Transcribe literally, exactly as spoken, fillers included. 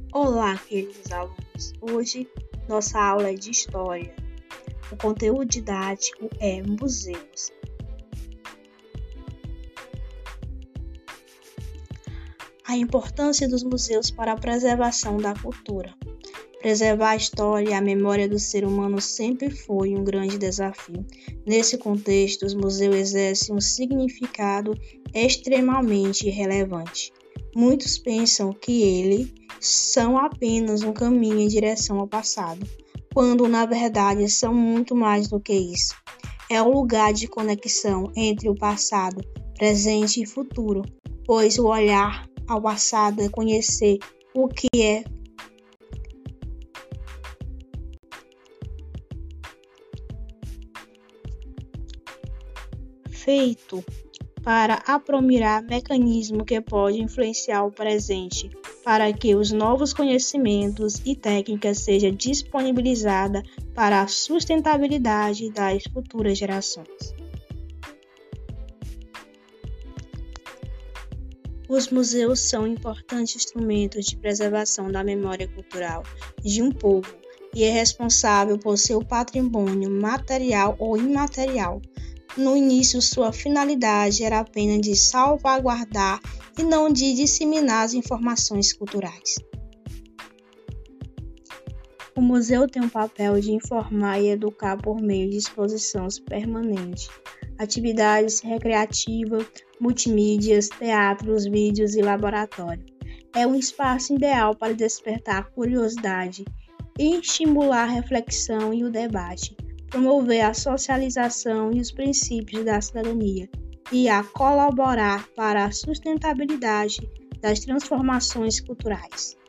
Olá, queridos alunos! Hoje nossa aula é de História. O conteúdo didático é museus. A importância dos museus para a preservação da cultura. Preservar a história e a memória do ser humano sempre foi um grande desafio. Nesse contexto, os museus exercem um significado extremamente relevante. Muitos pensam que eles são apenas um caminho em direção ao passado, quando na verdade são muito mais do que isso. É o lugar de conexão entre o passado, presente e futuro, pois o olhar ao passado é conhecer o que é feito para aprimorar mecanismos que podem influenciar o presente, para que os novos conhecimentos e técnicas sejam disponibilizados para a sustentabilidade das futuras gerações. Os museus são importantes instrumentos de preservação da memória cultural de um povo e é responsável por seu patrimônio material ou imaterial. No início, sua finalidade era apenas de salvaguardar e não de disseminar as informações culturais. O museu tem um papel de informar e educar por meio de exposições permanentes, atividades recreativas, multimídias, teatros, vídeos e laboratório. É um espaço ideal para despertar curiosidade e estimular a reflexão e o debate, promover a socialização e os princípios da cidadania e a colaborar para a sustentabilidade das transformações culturais.